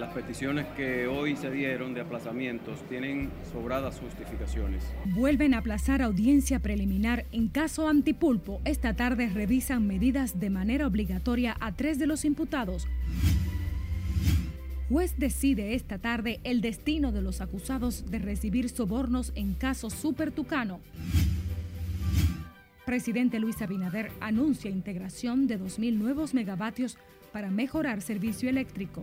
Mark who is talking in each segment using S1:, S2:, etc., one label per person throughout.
S1: Las peticiones que hoy se dieron de aplazamientos tienen sobradas justificaciones.
S2: Vuelven a aplazar audiencia preliminar en caso Antipulpo. Esta tarde revisan medidas de manera obligatoria a 3 de los imputados. Juez decide esta tarde el destino de los acusados de recibir sobornos en caso Super Tucano. Presidente Luis Abinader anuncia integración de 2.000 nuevos megavatios para mejorar servicio eléctrico.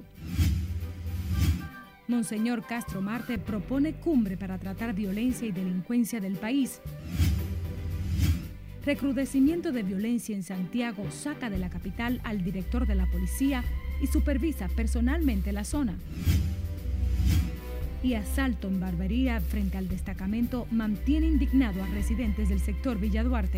S2: Monseñor Castro Marte propone cumbre para tratar violencia y delincuencia del país. Recrudecimiento de violencia en Santiago saca de la capital al director de la policía y supervisa personalmente la zona. Y asalto en barbería frente al destacamento mantiene indignado a residentes del sector Villa Duarte.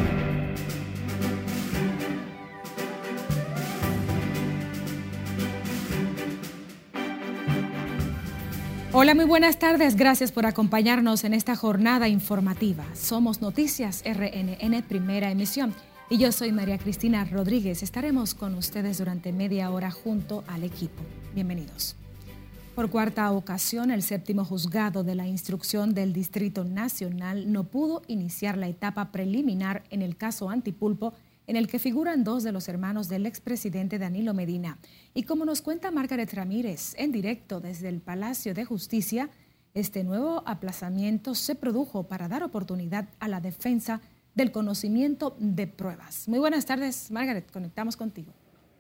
S2: Hola, muy buenas tardes. Gracias por acompañarnos en esta jornada informativa. Somos Noticias RNN, primera emisión. Y yo soy María Cristina Rodríguez. Estaremos con ustedes durante media hora junto al equipo. Bienvenidos. Por cuarta ocasión, el séptimo juzgado de la instrucción del Distrito Nacional no pudo iniciar la etapa preliminar en el caso Antipulpo, en el que figuran 2 de los hermanos del expresidente Danilo Medina. Y como nos cuenta Margaret Ramírez en directo desde el Palacio de Justicia, este nuevo aplazamiento se produjo para dar oportunidad a la defensa del conocimiento de pruebas. Muy buenas tardes, Margaret, conectamos contigo.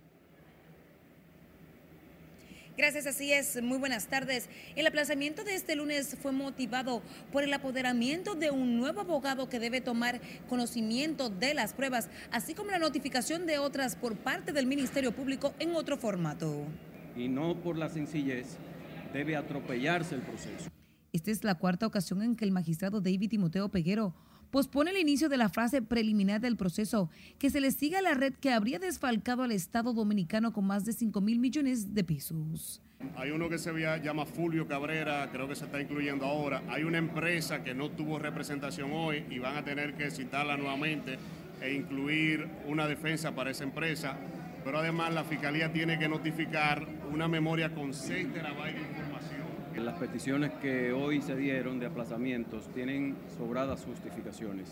S3: Gracias, así es. Muy buenas tardes. El aplazamiento de este lunes fue motivado por el apoderamiento de un nuevo abogado que debe tomar conocimiento de las pruebas, así como la notificación de otras por parte del Ministerio Público en otro formato.
S1: Y no por la sencillez debe atropellarse el proceso.
S3: Esta es la cuarta ocasión en que el magistrado David Timoteo Peguero pospone el inicio de la fase preliminar del proceso, que se le siga a la red que habría desfalcado al Estado Dominicano con más de 5.000 millones de pesos.
S4: Hay uno que se llama Fulvio Cabrera, creo que se está incluyendo ahora. Hay una empresa que no tuvo representación hoy y van a tener que citarla nuevamente e incluir una defensa para esa empresa. Pero además la Fiscalía tiene que notificar una memoria con 6 terabytes de información.
S1: Las peticiones que hoy se dieron de aplazamientos tienen sobradas justificaciones.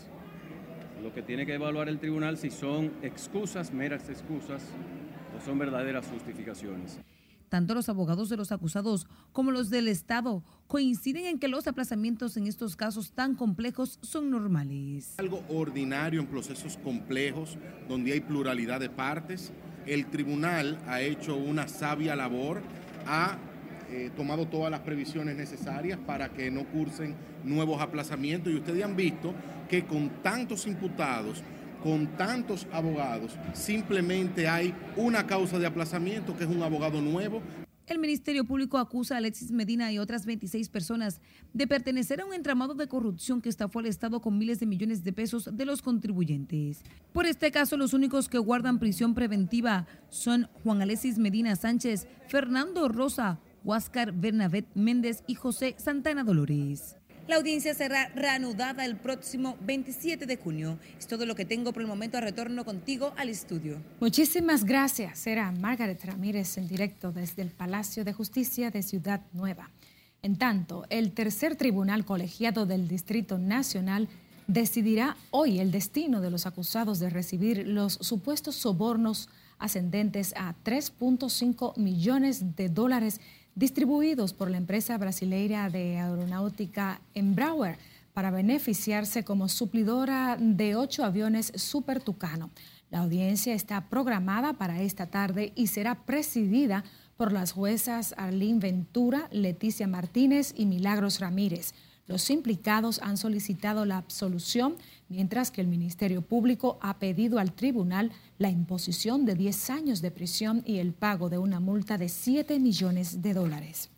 S1: Lo que tiene que evaluar el tribunal si son excusas, meras excusas, o son verdaderas justificaciones.
S3: Tanto los abogados de los acusados como los del Estado coinciden en que los aplazamientos en estos casos tan complejos son normales.
S5: Algo ordinario en procesos complejos donde hay pluralidad de partes. El tribunal ha hecho una sabia labor, ha tomado todas las previsiones necesarias para que no cursen nuevos aplazamientos y ustedes han visto que con tantos imputados, con tantos abogados, simplemente hay una causa de aplazamiento que es un abogado nuevo.
S3: El Ministerio Público acusa a Alexis Medina y otras 26 personas de pertenecer a un entramado de corrupción que estafó al Estado con miles de millones de pesos de los contribuyentes. Por este caso, los únicos que guardan prisión preventiva son Juan Alexis Medina Sánchez, Fernando Rosa, Huáscar Bernabé Méndez y José Santana Dolores. La audiencia será reanudada el próximo 27 de junio. Es todo lo que tengo por el momento. Retorno contigo al estudio.
S2: Muchísimas gracias. Era Margaret Ramírez en directo desde el Palacio de Justicia de Ciudad Nueva. En tanto, el tercer tribunal colegiado del Distrito Nacional decidirá hoy el destino de los acusados de recibir los supuestos sobornos ascendentes a 3.5 millones de dólares distribuidos por la empresa brasileira de aeronáutica Embraer para beneficiarse como suplidora de 8 aviones Super Tucano. La audiencia está programada para esta tarde y será presidida por las juezas Arlene Ventura, Leticia Martínez y Milagros Ramírez. Los implicados han solicitado la absolución, mientras que el Ministerio Público ha pedido al tribunal la imposición de 10 años de prisión y el pago de una multa de 7 millones de dólares.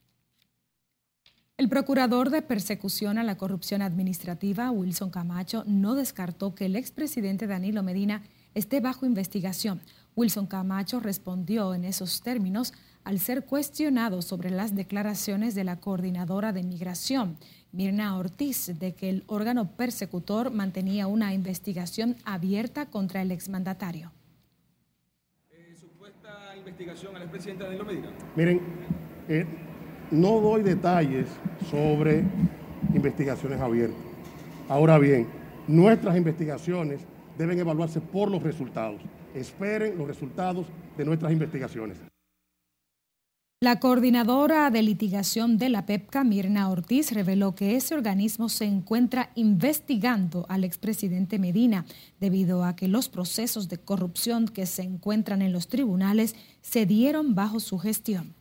S2: El procurador de persecución a la corrupción administrativa, Wilson Camacho, no descartó que el expresidente Danilo Medina esté bajo investigación. Wilson Camacho respondió en esos términos al ser cuestionado sobre las declaraciones de la coordinadora de migración, Mirna Ortiz, de que el órgano persecutor mantenía una investigación abierta contra el exmandatario.
S6: ¿Supuesta investigación al expresidente Danilo Medina?
S4: Miren,
S6: No doy detalles sobre investigaciones abiertas. Ahora bien, nuestras investigaciones deben evaluarse por los resultados. Esperen los resultados de nuestras investigaciones.
S2: La coordinadora de litigación de la PEPCA, Mirna Ortiz, reveló que ese organismo se encuentra investigando al expresidente Medina debido a que los procesos de corrupción que se encuentran en los tribunales se dieron bajo su gestión.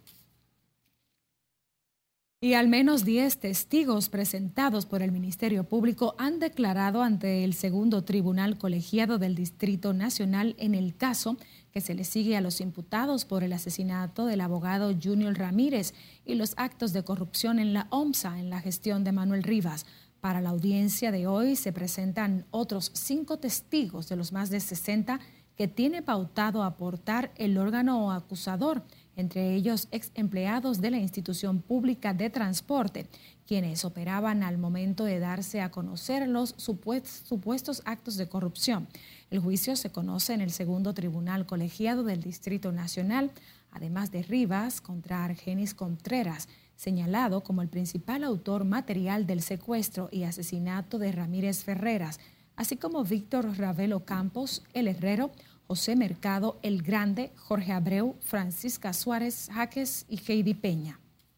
S2: Y al menos 10 testigos presentados por el Ministerio Público han declarado ante el segundo tribunal colegiado del Distrito Nacional en el caso que se le sigue a los imputados por el asesinato del abogado Junior Ramírez y los actos de corrupción en la OMSA en la gestión de Manuel Rivas. Para la audiencia de hoy se presentan otros 5 testigos de los más de 60 que tiene pautado aportar el órgano acusador, entre ellos ex empleados de la institución pública de transporte, quienes operaban al momento de darse a conocer los supuestos actos de corrupción. El juicio se conoce en el segundo tribunal colegiado del Distrito Nacional, además de Rivas contra Argenis Contreras, señalado como el principal autor material del secuestro y asesinato de Ramírez Ferreras, así como Víctor Ravelo Campos, el Herrero, José Mercado, El Grande, Jorge Abreu, Francisca Suárez Jaques y Heidi Peña.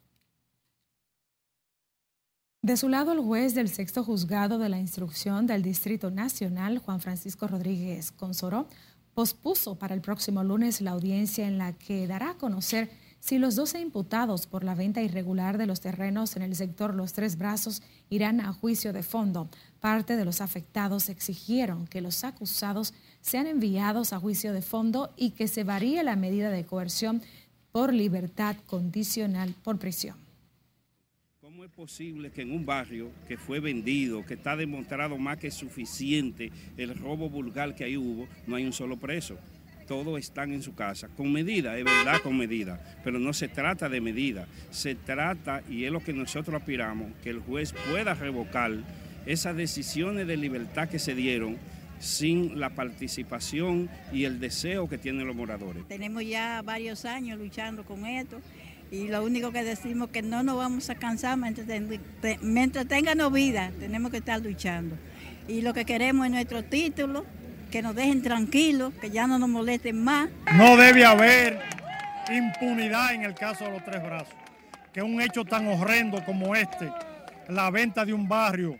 S2: De su lado, el juez del sexto juzgado de la instrucción del Distrito Nacional, Juan Francisco Rodríguez Consoró, pospuso para el próximo lunes la audiencia en la que dará a conocer si los 12 imputados por la venta irregular de los terrenos en el sector Los Tres Brazos irán a juicio de fondo. Parte de los afectados exigieron que los acusados sean enviados a juicio de fondo y que se varíe la medida de coerción por libertad condicional por prisión.
S7: ¿Cómo es posible que en un barrio que fue vendido, que está demostrado más que suficiente el robo vulgar que ahí hubo, no hay un solo preso? Todos están en su casa, con medida, es verdad, con medida, pero no se trata de medida, se trata, y es lo que nosotros aspiramos, que el juez pueda revocar esas decisiones de libertad que se dieron sin la participación y el deseo que tienen los moradores.
S8: Tenemos ya varios años luchando con esto y lo único que decimos es que no nos vamos a cansar mientras tengamos vida, tenemos que estar luchando. Y lo que queremos es nuestro título, que nos dejen tranquilos, que ya no nos molesten más.
S9: No debe haber impunidad en el caso de Los Tres Brazos, que un hecho tan horrendo como este, la venta de un barrio,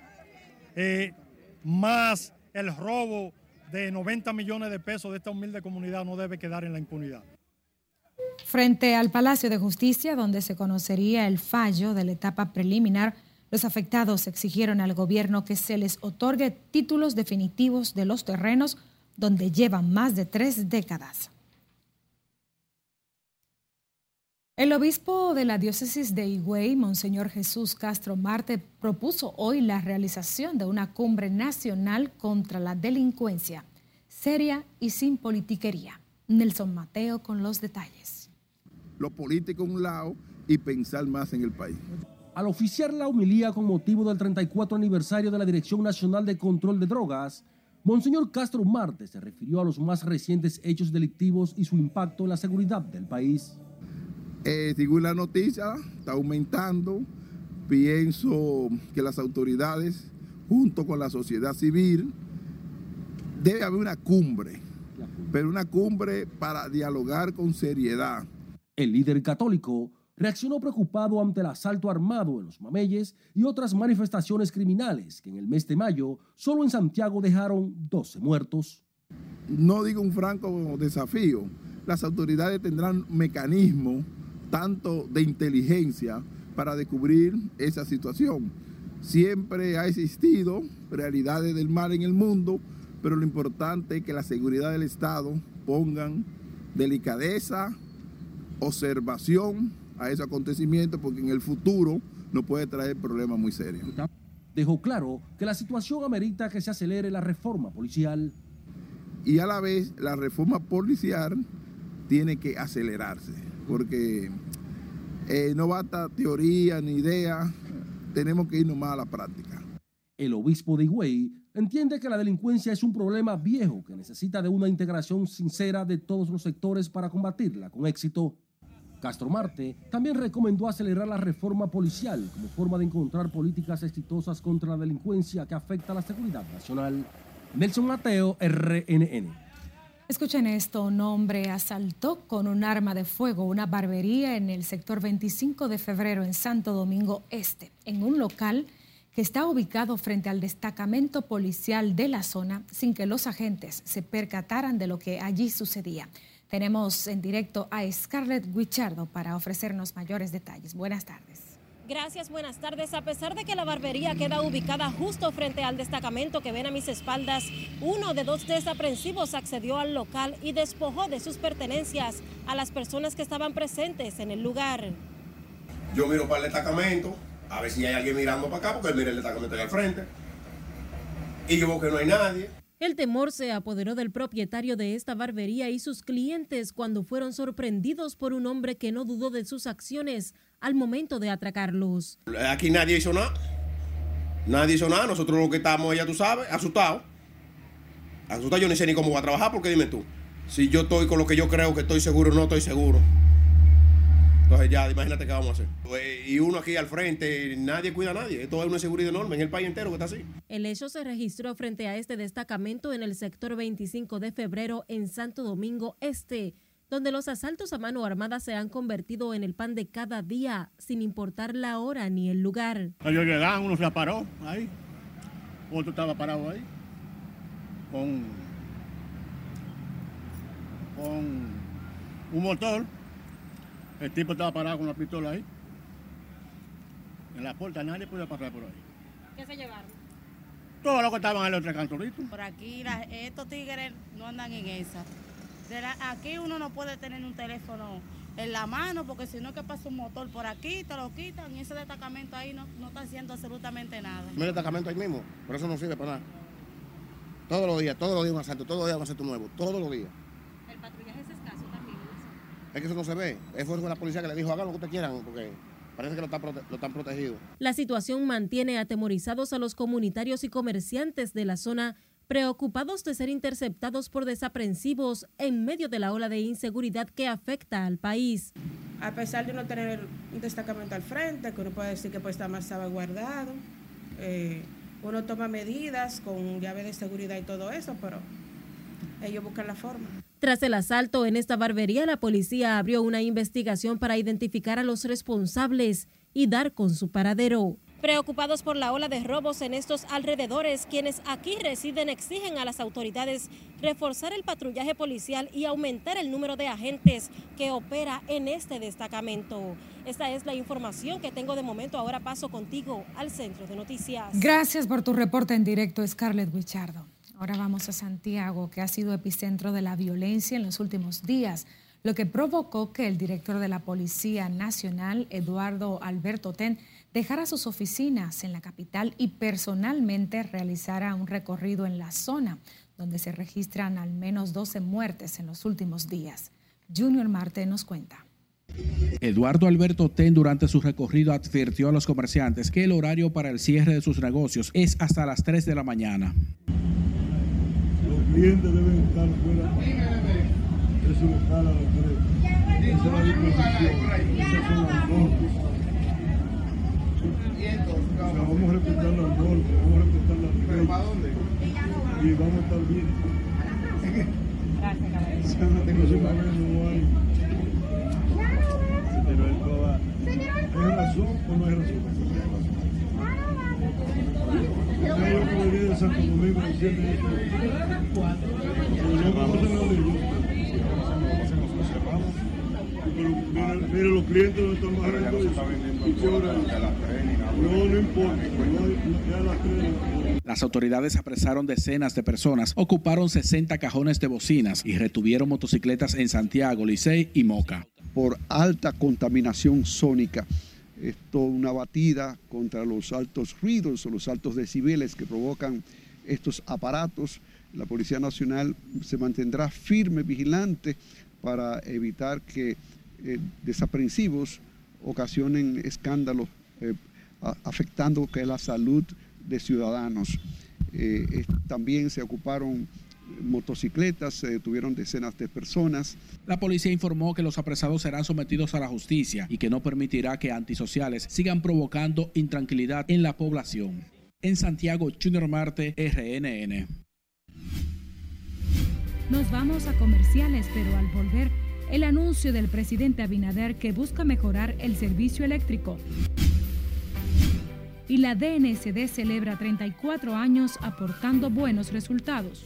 S9: más el robo de 90 millones de pesos de esta humilde comunidad, no debe quedar en la impunidad.
S2: Frente al Palacio de Justicia, donde se conocería el fallo de la etapa preliminar, los afectados exigieron al gobierno que se les otorgue títulos definitivos de los terrenos donde llevan más de 3 décadas. El obispo de la diócesis de Higüey, Monseñor Jesús Castro Marte, propuso hoy la realización de una cumbre nacional contra la delincuencia, seria y sin politiquería. Nelson Mateo con los detalles.
S10: Lo político a un lado y pensar más en el país.
S11: Al oficiar la homilía con motivo del 34 aniversario de la Dirección Nacional de Control de Drogas, Monseñor Castro Marte se refirió a los más recientes hechos delictivos y su impacto en la seguridad del país.
S10: Según la noticia, está aumentando. Pienso que las autoridades, junto con la sociedad civil, debe haber una cumbre, pero una cumbre para dialogar con seriedad.
S11: El líder católico reaccionó preocupado ante el asalto armado en los Mameyes y otras manifestaciones criminales que en el mes de mayo solo en Santiago dejaron 12 muertos.
S10: No digo un franco desafío, las autoridades tendrán mecanismos tanto de inteligencia para descubrir esa situación. Siempre ha existido realidades del mal en el mundo, pero lo importante es que la seguridad del Estado pongan delicadeza, observación a ese acontecimiento, porque en el futuro nos puede traer problemas muy serios.
S11: Dejó claro que la situación amerita que se acelere la reforma policial.
S10: Y a la vez la reforma policial tiene que acelerarse, porque no basta teoría ni idea, tenemos que irnos más a la práctica.
S11: El obispo de Higüey entiende que la delincuencia es un problema viejo que necesita de una integración sincera de todos los sectores para combatirla con éxito. Castro Marte también recomendó acelerar la reforma policial como forma de encontrar políticas exitosas contra la delincuencia que afecta a la seguridad nacional. Nelson Mateo, RNN.
S2: Escuchen esto, un hombre asaltó con un arma de fuego una barbería en el sector 25 de febrero en Santo Domingo Este, en un local que está ubicado frente al destacamento policial de la zona sin que los agentes se percataran de lo que allí sucedía. Tenemos en directo a Scarlett Guichardo para ofrecernos mayores detalles. Buenas tardes.
S12: Gracias, buenas tardes. A pesar de que la barbería queda ubicada justo frente al destacamento que ven a mis espaldas, uno de 2 desaprensivos accedió al local y despojó de sus pertenencias a las personas que estaban presentes en el lugar.
S13: Yo miro para el destacamento, a ver si hay alguien mirando para acá, porque mira el destacamento ahí al frente. Y yo veo que no hay nadie.
S12: El temor se apoderó del propietario de esta barbería y sus clientes cuando fueron sorprendidos por un hombre que no dudó de sus acciones al momento de atracarlos.
S13: Aquí nadie hizo nada. Nadie hizo nada. Nosotros lo que estamos, ya tú sabes, asustados. Asustados, yo ni sé ni cómo voy a trabajar, porque dime tú, si yo estoy con lo que yo creo que estoy seguro o no estoy seguro. Entonces ya, imagínate qué vamos a hacer. Y uno aquí al frente, nadie cuida a nadie. Esto es una seguridad enorme en el país entero que está así.
S12: El hecho se registró frente a este destacamento en el sector 25 de febrero en Santo Domingo Este, donde los asaltos a mano armada se han convertido en el pan de cada día, sin importar la hora ni el lugar.
S14: Ellos llegaban, uno se paró ahí, otro estaba parado ahí, con un motor. El tipo estaba parado con una pistola ahí. En la puerta nadie podía pasar por ahí.
S12: ¿Qué se llevaron?
S14: Todos los que estaban en el otro cantorito.
S15: Por aquí estos tigres no andan en esa. Aquí uno no puede tener un teléfono en la mano porque si no que pasa un motor por aquí, te lo quitan y ese destacamento ahí no está haciendo absolutamente nada.
S16: El destacamento ahí mismo, por eso no sirve para nada. Todos los días un asalto, todos los días un asalto nuevo, todos los días.
S12: ¿El patrullaje es escaso también?
S16: Es que eso no se ve. Fue la policía que le dijo, hagan lo que ustedes quieran, porque parece que lo están protegidos.
S12: La situación mantiene atemorizados a los comunitarios y comerciantes de la zona, preocupados de ser interceptados por desaprensivos en medio de la ola de inseguridad que afecta al país.
S17: A pesar de no tener un destacamento al frente, que uno puede decir que puede estar más salvaguardado, uno toma medidas con llave de seguridad y todo eso, pero ellos buscan la forma.
S12: Tras el asalto en esta barbería, la policía abrió una investigación para identificar a los responsables y dar con su paradero. Preocupados por la ola de robos en estos alrededores, quienes aquí residen exigen a las autoridades reforzar el patrullaje policial y aumentar el número de agentes que opera en este destacamento. Esta es la información que tengo de momento. Ahora paso contigo al Centro de Noticias.
S2: Gracias por tu reporte en directo, Scarlett Guichardo. Ahora vamos a Santiago, que ha sido epicentro de la violencia en los últimos días, lo que provocó que el director de la Policía Nacional, Eduardo Alberto Ten, dejara sus oficinas en la capital y personalmente realizara un recorrido en la zona, donde se registran al menos 12 muertes en los últimos días. Junior Marte nos cuenta.
S18: Eduardo Alberto Ten durante su recorrido advirtió a los comerciantes que el horario para el cierre de sus negocios es hasta las 3 de la mañana.
S19: Los clientes deben estar fuera de su local a las 3. Esa es la disposición, esas son las normas. Vamos a respetar las normas, vamos a respetar las leyes y vamos a estar bien. Gracias, no hay. Pero él va. ¿Es razón o no hay razón? Yo como venía de Santo Domingo diciendo eso. No conocen la ley. Mira, los clientes no están bajando eso. ¿Y qué hora es? No importa. Ya a las 3.
S18: Las autoridades apresaron decenas de personas, ocuparon 60 cajones de bocinas y retuvieron motocicletas en Santiago, Licey y Moca.
S20: Por alta contaminación sónica. Esto una batida contra los altos ruidos o los altos decibeles que provocan estos aparatos. La Policía Nacional se mantendrá firme, vigilante, para evitar que desaprensivos ocasionen escándalos afectando la salud de ciudadanos. También se ocuparon motocicletas, se detuvieron decenas de personas.
S18: La policía informó que los apresados serán sometidos a la justicia y que no permitirá que antisociales sigan provocando intranquilidad en la población. En Santiago, Junior Marte, RNN.
S2: Nos vamos a comerciales, pero al volver, el anuncio del presidente Abinader que busca mejorar el servicio eléctrico. Y la DNCD celebra 34 años aportando buenos resultados.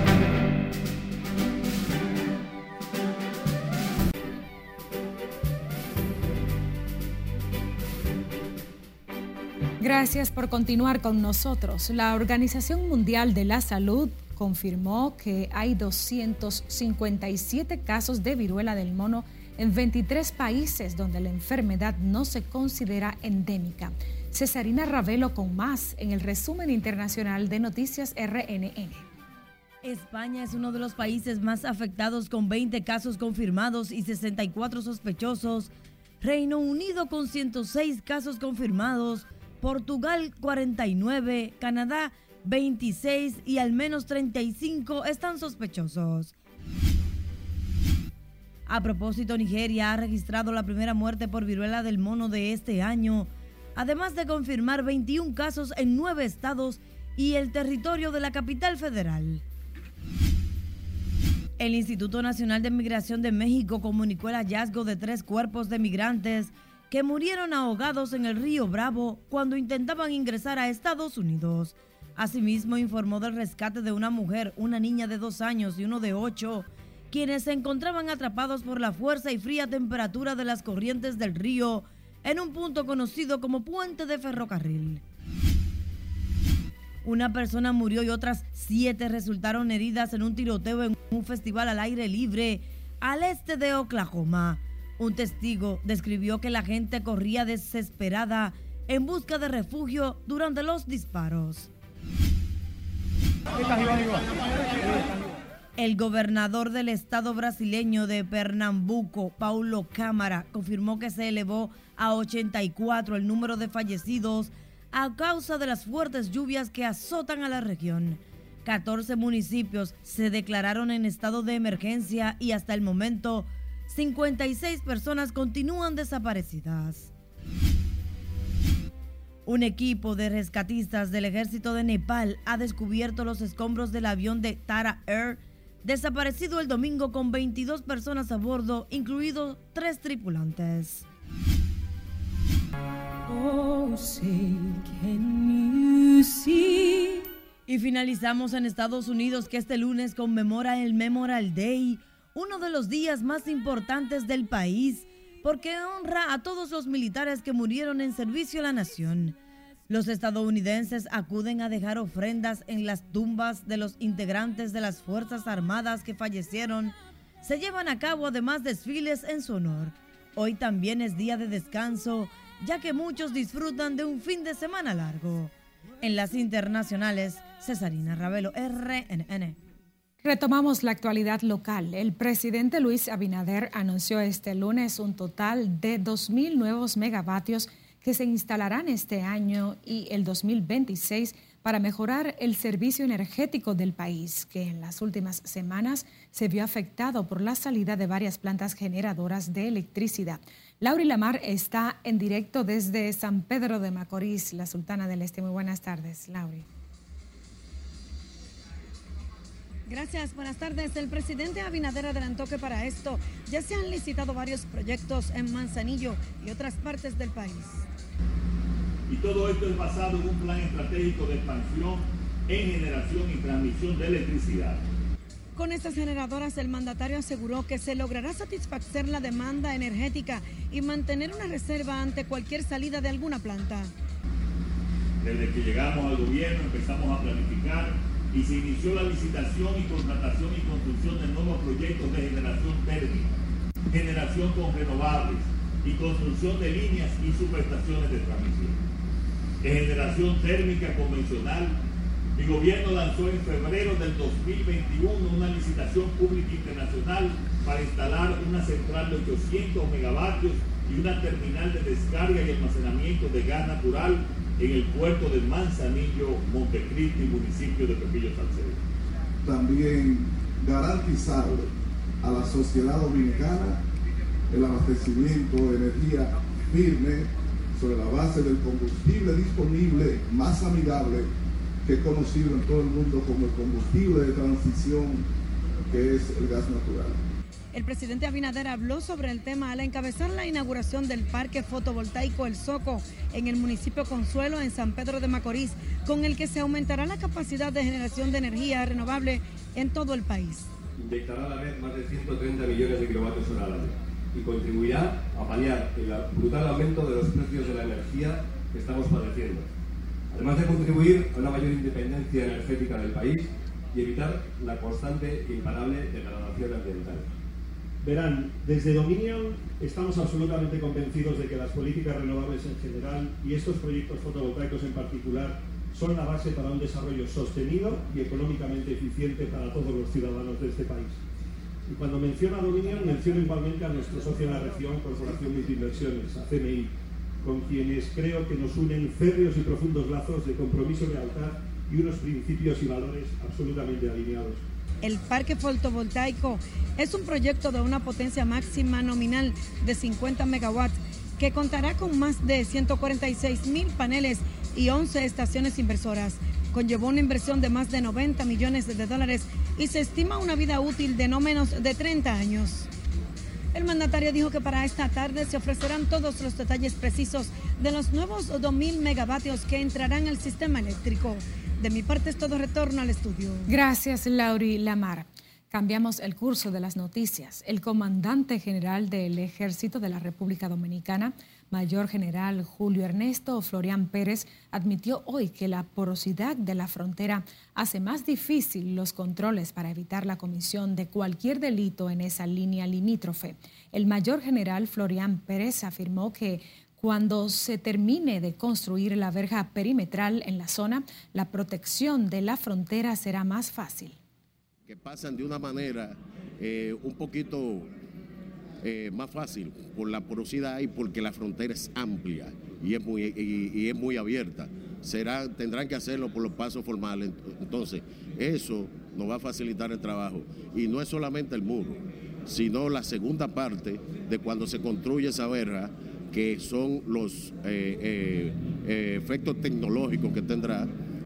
S2: Gracias por continuar con nosotros. La Organización Mundial de la Salud confirmó que hay 257 casos de viruela del mono en 23 países donde la enfermedad no se considera endémica. Cesarina Ravelo con más en el resumen internacional de Noticias RNN.
S3: España es uno de los países más afectados con 20 casos confirmados y 64 sospechosos. Reino Unido con 106 casos confirmados. Portugal 49, Canadá 26 y al menos 35 están sospechosos. A propósito, Nigeria ha registrado la primera muerte por viruela del mono de este año, además de confirmar 21 casos en 9 estados y el territorio de la capital federal. El Instituto Nacional de Migración de México comunicó el hallazgo de 3 cuerpos de migrantes que murieron ahogados en el río Bravo cuando intentaban ingresar a Estados Unidos. Asimismo, informó del rescate de una mujer, una niña de 2 años y uno de 8, quienes se encontraban atrapados por la fuerza y fría temperatura de las corrientes del río en un punto conocido como Puente de Ferrocarril. Una persona murió y otras 7 resultaron heridas en un tiroteo en un festival al aire libre al este de Oklahoma. Un testigo describió que la gente corría desesperada en busca de refugio durante los disparos. El gobernador del estado brasileño de Pernambuco, Paulo Câmara, confirmó que se elevó a 84 el número de fallecidos a causa de las fuertes lluvias que azotan a la región. 14 municipios se declararon en estado de emergencia y hasta el momento 56 personas continúan desaparecidas. Un equipo de rescatistas del ejército de Nepal ha descubierto los escombros del avión de Tara Air, desaparecido el domingo con 22 personas a bordo, incluidos 3 tripulantes. Oh, say, can you see? Y finalizamos en Estados Unidos, que este lunes conmemora el Memorial Day, uno de los días más importantes del país, porque honra a todos los militares que murieron en servicio a la nación. Los estadounidenses acuden a dejar ofrendas en las tumbas de los integrantes de las Fuerzas Armadas que fallecieron. Se llevan a cabo además desfiles en su honor. Hoy también es día de descanso, ya que muchos disfrutan de un fin de semana largo. En las internacionales, Cesarina Ravelo, RNN.
S2: Retomamos la actualidad local. El presidente Luis Abinader anunció este lunes un total de 2.000 nuevos megavatios que se instalarán este año y el 2026 para mejorar el servicio energético del país, que en las últimas semanas se vio afectado por la salida de varias plantas generadoras de electricidad. Lauri Lamar está en directo desde San Pedro de Macorís, la Sultana del Este. Muy buenas tardes, Lauri.
S21: Gracias, buenas tardes. El presidente Abinader adelantó que para esto ya se han licitado varios proyectos en Manzanillo y otras partes del país.
S22: Y todo esto es basado en un plan estratégico de expansión en generación y transmisión de electricidad.
S21: Con estas generadoras, el mandatario aseguró que se logrará satisfacer la demanda energética y mantener una reserva ante cualquier salida de alguna planta.
S22: Desde que llegamos al gobierno empezamos a planificar y se inició la licitación y contratación y construcción de nuevos proyectos de generación térmica, generación con renovables y construcción de líneas y subestaciones de transmisión. En generación térmica convencional, el gobierno lanzó en febrero del 2021 una licitación pública internacional para instalar una central de 800 megavatios y una terminal de descarga y almacenamiento de gas natural en el puerto de Manzanillo, Montecristi, municipio de Pepillo Salcedo.
S1: también garantizarle a la sociedad dominicana el abastecimiento de energía firme sobre la base del combustible disponible más amigable que es conocido en todo el mundo como el combustible de transición, que es el gas natural.
S21: El presidente Abinader habló sobre el tema al encabezar la inauguración del parque fotovoltaico El Soco en el municipio Consuelo, en San Pedro de Macorís, con el que se aumentará la capacidad de generación de energía renovable en todo el país.
S5: Inyectará a la vez más de 130 millones de kilovatios hora al año y contribuirá a paliar el brutal aumento de los precios de la energía que estamos padeciendo, además de contribuir a una mayor independencia energética del país y evitar la constante e imparable degradación ambiental.
S23: Verán, desde Dominion estamos absolutamente convencidos de que las políticas renovables en general y estos proyectos fotovoltaicos en particular son la base para un desarrollo sostenido y económicamente eficiente para todos los ciudadanos de este país. Y cuando menciono a Dominion, menciono igualmente a nuestro socio en la región, Corporación Multiinversiones, a CMI, con quienes creo que nos unen férreos y profundos lazos de compromiso, lealtad y unos principios y valores absolutamente alineados.
S21: El parque fotovoltaico es un proyecto de una potencia máxima nominal de 50 megawatts que contará con más de 146.000 paneles y 11 estaciones inversoras. Conllevó una inversión de más de 90 millones de dólares y se estima una vida útil de no menos de 30 años. El mandatario dijo que para esta tarde se ofrecerán todos los detalles precisos de los nuevos 2.000 megavatios que entrarán al sistema eléctrico. De mi parte es todo, retorno al estudio.
S2: Gracias, Lauri Lamar. Cambiamos el curso de las noticias. El comandante general del Ejército de la República Dominicana, Mayor General Julio Ernesto Florián Pérez, admitió hoy que la porosidad de la frontera hace más difícil los controles para evitar la comisión de cualquier delito en esa línea limítrofe. El Mayor General Florián Pérez afirmó que cuando se termine de construir la verja perimetral en la zona, la protección de la frontera será más fácil.
S24: Que pasan de una manera un poquito más fácil por la porosidad y porque la frontera es amplia y es muy abierta. Tendrán que hacerlo por los pasos formales. Entonces, eso nos va a facilitar el trabajo. Y no es solamente el muro, sino la segunda parte de cuando se construye esa verja, que son los efectos tecnológicos que tendrá.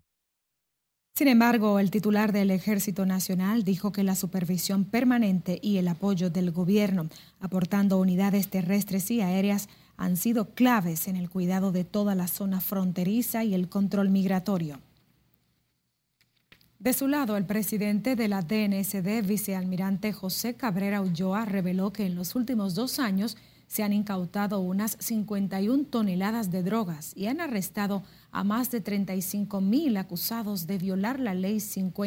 S2: Sin embargo, el titular del Ejército Nacional dijo que la supervisión permanente y el apoyo del gobierno, aportando unidades terrestres y aéreas, han sido claves en el cuidado de toda la zona fronteriza y el control migratorio. De su lado, el presidente de la DNSD, vicealmirante José Cabrera Ulloa, reveló que en los últimos 2 años se han incautado unas 51 toneladas de drogas y han arrestado a más de 35.000 acusados de violar la ley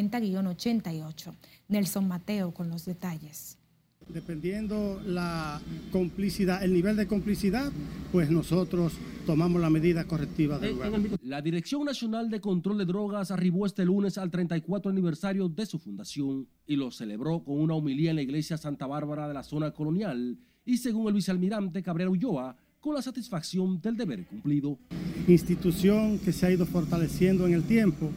S2: 50-88. Nelson Mateo con los detalles.
S25: Dependiendo la complicidad, el nivel de complicidad, pues nosotros tomamos la medida correctiva del lugar.
S11: La Dirección Nacional de Control de Drogas arribó este lunes al 34 aniversario de su fundación y lo celebró con una homilía en la iglesia Santa Bárbara de la zona colonial y, según el vicealmirante Cabrera Ulloa, con la satisfacción del deber cumplido.
S25: Institución que se ha ido fortaleciendo en el tiempo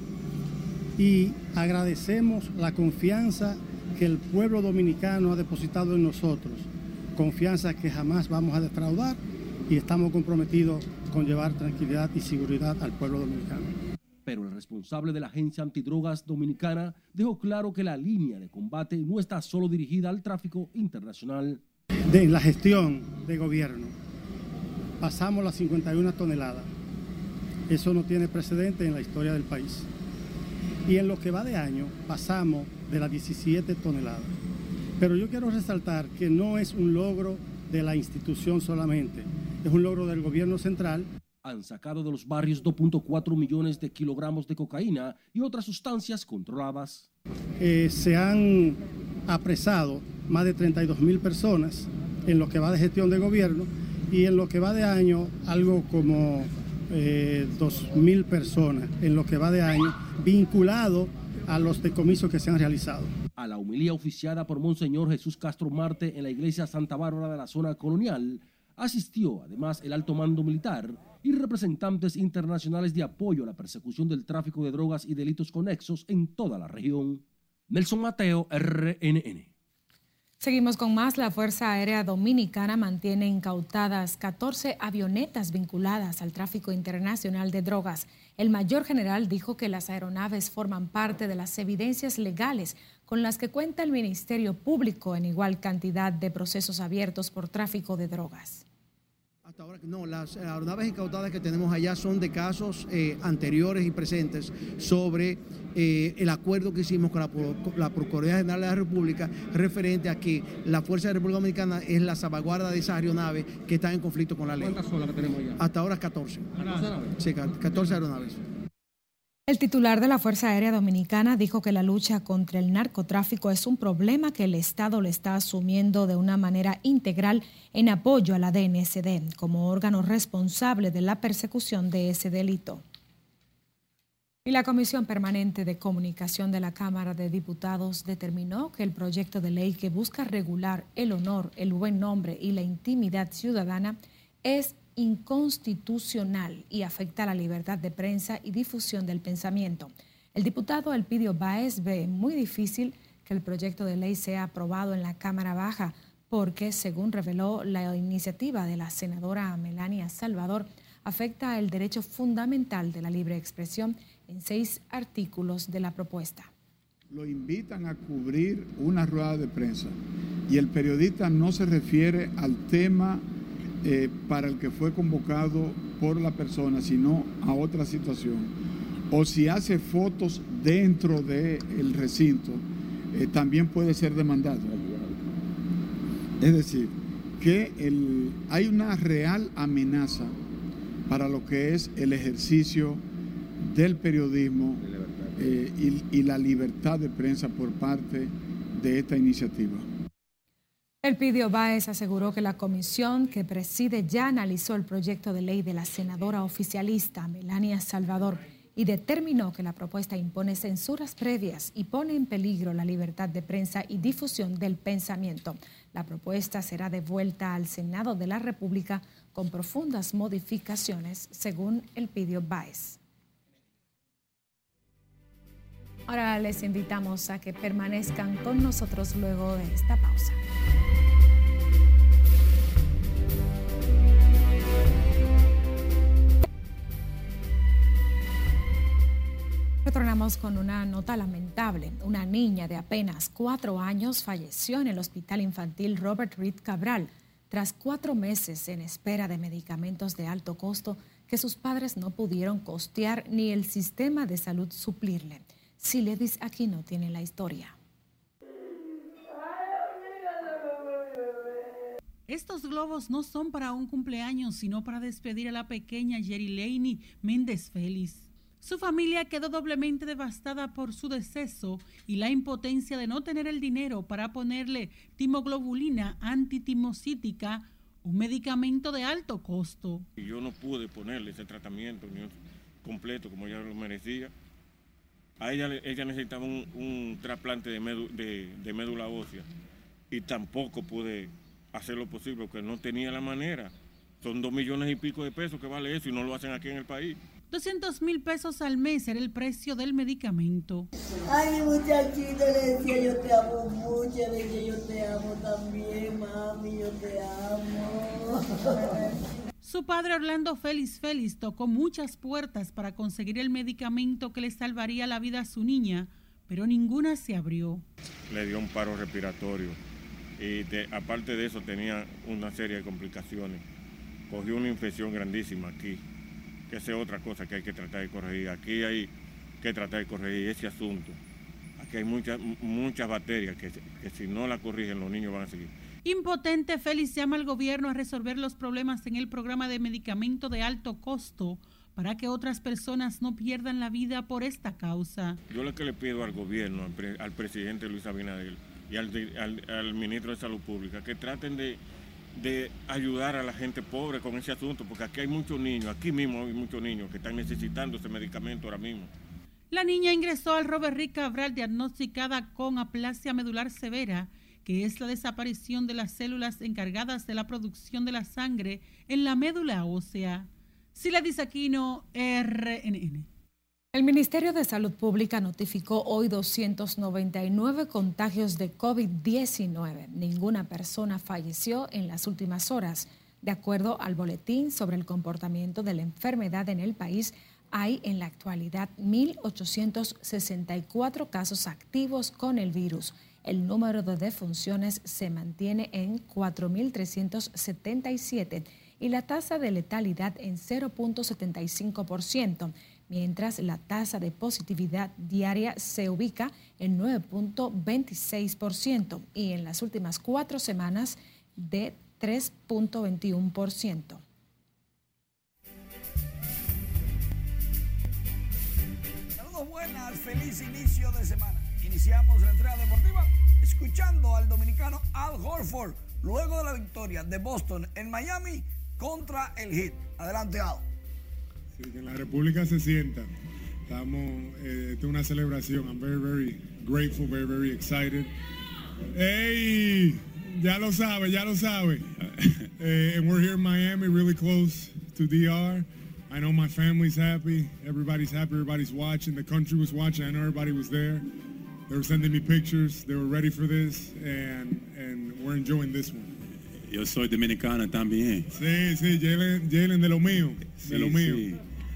S25: y agradecemos la confianza que el pueblo dominicano ha depositado en nosotros, confianza que jamás vamos a defraudar y estamos comprometidos con llevar tranquilidad y seguridad al pueblo dominicano.
S11: Pero el responsable de la Agencia Antidrogas Dominicana dejó claro que la línea de combate no está solo dirigida al tráfico internacional.
S25: De la gestión de gobierno pasamos las 51 toneladas. Eso no tiene precedente en la historia del país. Y en lo que va de año pasamos de las 17 toneladas. Pero yo quiero resaltar que no es un logro de la institución solamente, es un logro del gobierno central.
S11: Han sacado de los barrios 2.4 millones de kilogramos de cocaína y otras sustancias controladas.
S25: Se han apresado más de 32.000 personas en lo que va de gestión de gobierno y en lo que va de año algo como 2.000 personas en lo que va de año vinculado a los decomisos que se han realizado.
S11: A la homilía oficiada por Monseñor Jesús Castro Marte en la iglesia Santa Bárbara de la zona colonial asistió además el alto mando militar y representantes internacionales de apoyo a la persecución del tráfico de drogas y delitos conexos en toda la región. Nelson Mateo, RNN.
S2: Seguimos con más. La Fuerza Aérea Dominicana mantiene incautadas 14 avionetas vinculadas al tráfico internacional de drogas. El mayor general dijo que las aeronaves forman parte de las evidencias legales con las que cuenta el Ministerio Público en igual cantidad de procesos abiertos por tráfico de drogas.
S4: Hasta ahora no, las aeronaves incautadas que tenemos allá son de casos anteriores y presentes sobre el acuerdo que hicimos con la Procuraduría General de la República referente a que la Fuerza de la República Dominicana es la salvaguarda de esas aeronaves que están en conflicto con la ley.
S6: ¿Cuántas son las que tenemos allá?
S4: Hasta ahora 14. Sí, 14 aeronaves.
S2: El titular de la Fuerza Aérea Dominicana dijo que la lucha contra el narcotráfico es un problema que el Estado le está asumiendo de una manera integral en apoyo a la DNCD como órgano responsable de la persecución de ese delito. Y la Comisión Permanente de Comunicación de la Cámara de Diputados determinó que el proyecto de ley que busca regular el honor, el buen nombre y la intimidad ciudadana es inconstitucional y afecta a la libertad de prensa y difusión del pensamiento. El diputado Elpidio Báez ve muy difícil que el proyecto de ley sea aprobado en la Cámara Baja porque, según reveló la iniciativa de la senadora Melania Salvador, afecta el derecho fundamental de la libre expresión en 6 artículos de la propuesta.
S10: Lo invitan a cubrir una rueda de prensa y el periodista no se refiere al tema para el que fue convocado por la persona, sino a otra situación. O si hace fotos dentro del recinto, también puede ser demandado. Es decir, que hay una real amenaza para lo que es el ejercicio del periodismo y la libertad de prensa por parte de esta iniciativa.
S2: Elpidio Báez aseguró que la comisión que preside ya analizó el proyecto de ley de la senadora oficialista Melania Salvador y determinó que la propuesta impone censuras previas y pone en peligro la libertad de prensa y difusión del pensamiento. La propuesta será devuelta al Senado de la República con profundas modificaciones, según Elpidio Báez. Ahora les invitamos a que permanezcan con nosotros luego de esta pausa. Retornamos con una nota lamentable. Una niña de apenas 4 años falleció en el Hospital Infantil Robert Reed Cabral tras 4 meses en espera de medicamentos de alto costo que sus padres no pudieron costear ni el sistema de salud suplirle. Siledis Aquino tiene la historia.
S7: Estos globos no son para un cumpleaños, sino para despedir a la pequeña Yerileni Méndez Félix. Su familia quedó doblemente devastada por su deceso y la impotencia de no tener el dinero para ponerle timoglobulina antitimocítica, un medicamento de alto costo.
S8: Yo no pude ponerle ese tratamiento ni completo como ella lo merecía. A ella necesitaba un trasplante de médula ósea y tampoco pude hacer lo posible porque no tenía la manera. Son 2 millones y pico de pesos que vale eso y no lo hacen aquí en el país.
S7: 200,000 pesos al mes era el precio del medicamento.
S9: Ay, muchachita, le decía yo te amo mucho, le decía yo te amo también, mami, yo te amo.
S7: Su padre Orlando Félix tocó muchas puertas para conseguir el medicamento que le salvaría la vida a su niña, pero ninguna se abrió.
S8: Le dio un paro respiratorio y aparte de eso tenía una serie de complicaciones. Cogió una infección grandísima aquí, que esa es otra cosa que hay que tratar de corregir. Aquí hay que tratar de corregir ese asunto. Aquí hay muchas bacterias que si no la corrigen los niños van a seguir.
S7: Impotente, Félix llama al gobierno a resolver los problemas en el programa de medicamento de alto costo para que otras personas no pierdan la vida por esta causa.
S8: Yo lo que le pido al gobierno, al presidente Luis Abinader y al ministro de Salud Pública, que traten de ayudar a la gente pobre con ese asunto, porque aquí hay muchos niños, aquí mismo hay muchos niños que están necesitando ese medicamento ahora mismo.
S7: La niña ingresó al Robert Reed Cabral diagnosticada con aplasia medular severa, que es la desaparición de las células encargadas de la producción de la sangre en la médula ósea. Siledis Aquino, RNN.
S2: El Ministerio de Salud Pública notificó hoy 299 contagios de COVID-19. Ninguna persona falleció en las últimas horas. De acuerdo al boletín sobre el comportamiento de la enfermedad en el país, hay en la actualidad 1.864 casos activos con el virus. El número de defunciones se mantiene en 4.377 y la tasa de letalidad en 0.75%. Mientras la tasa de positividad diaria se ubica en 9.26% y en las últimas 4 semanas de 3.21%.
S6: Saludos buenas, feliz inicio de semana. Iniciamos la entrega deportiva escuchando al dominicano Al Horford luego de la victoria de Boston en Miami contra el Heat. Adelante, Al.
S13: Que en la República se sienta. Estamos, esta es una celebración. I'm very, very grateful, very, very excited. Hey, ya lo sabe. And we're here in Miami, really close to DR. I know my family's happy. Everybody's happy. Everybody's watching. The country was watching. I know everybody was there. They were sending me pictures. They were ready for this, and we're enjoying this one.
S14: Yo soy dominicana también.
S13: Sí, Jalen de lo mío. Sí.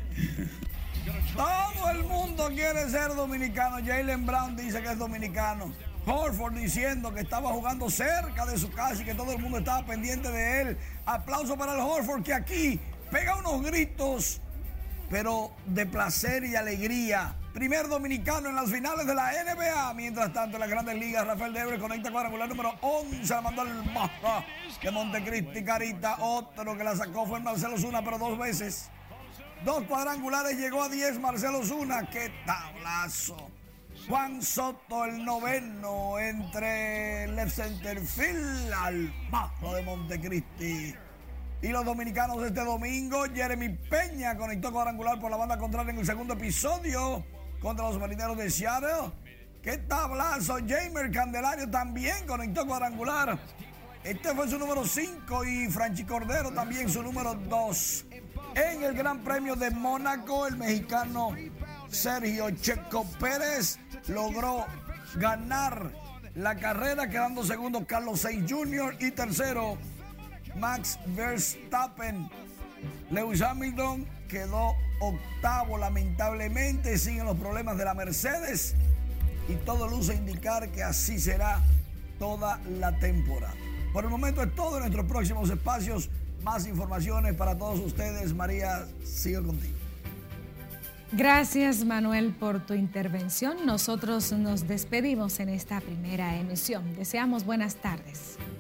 S6: Todo el mundo quiere ser dominicano. Jaylen Brown dice que es dominicano. Horford diciendo que estaba jugando cerca de su casa y que todo el mundo estaba pendiente de él. Aplauso para el Horford que aquí pega unos gritos, pero de placer y alegría. Primer dominicano en las finales de la NBA. Mientras tanto, en las Grandes Ligas, Rafael Devers conecta cuadrangular número 11. La mandó al baja de Montecristi Carita. Otro que la sacó fue Marcell Ozuna, pero 2 veces. 2 cuadrangulares, llegó a 10 Marcell Ozuna. ¡Qué tablazo! Juan Soto, el noveno, entre left center field al bajo de Montecristi. Y los dominicanos este domingo, Jeremy Peña conectó cuadrangular por la banda contraria en el segundo episodio contra los Marineros de Seattle. ¡Qué tablazo! Jamer Candelario también conectó cuadrangular. Este fue su número 5 y Franchi Cordero también su número 2. En el Gran Premio de Mónaco, el mexicano Sergio Checo Pérez logró ganar la carrera, quedando segundo Carlos Sainz Jr. y tercero Max Verstappen. Lewis Hamilton quedó octavo, lamentablemente siguen los problemas de la Mercedes y todo luce indicar que así será toda la temporada. Por el momento es todo. En nuestros próximos espacios más informaciones para todos ustedes. María, sigo contigo.
S2: Gracias, Manuel, por tu intervención. Nosotros nos despedimos en esta primera emisión. Deseamos buenas tardes.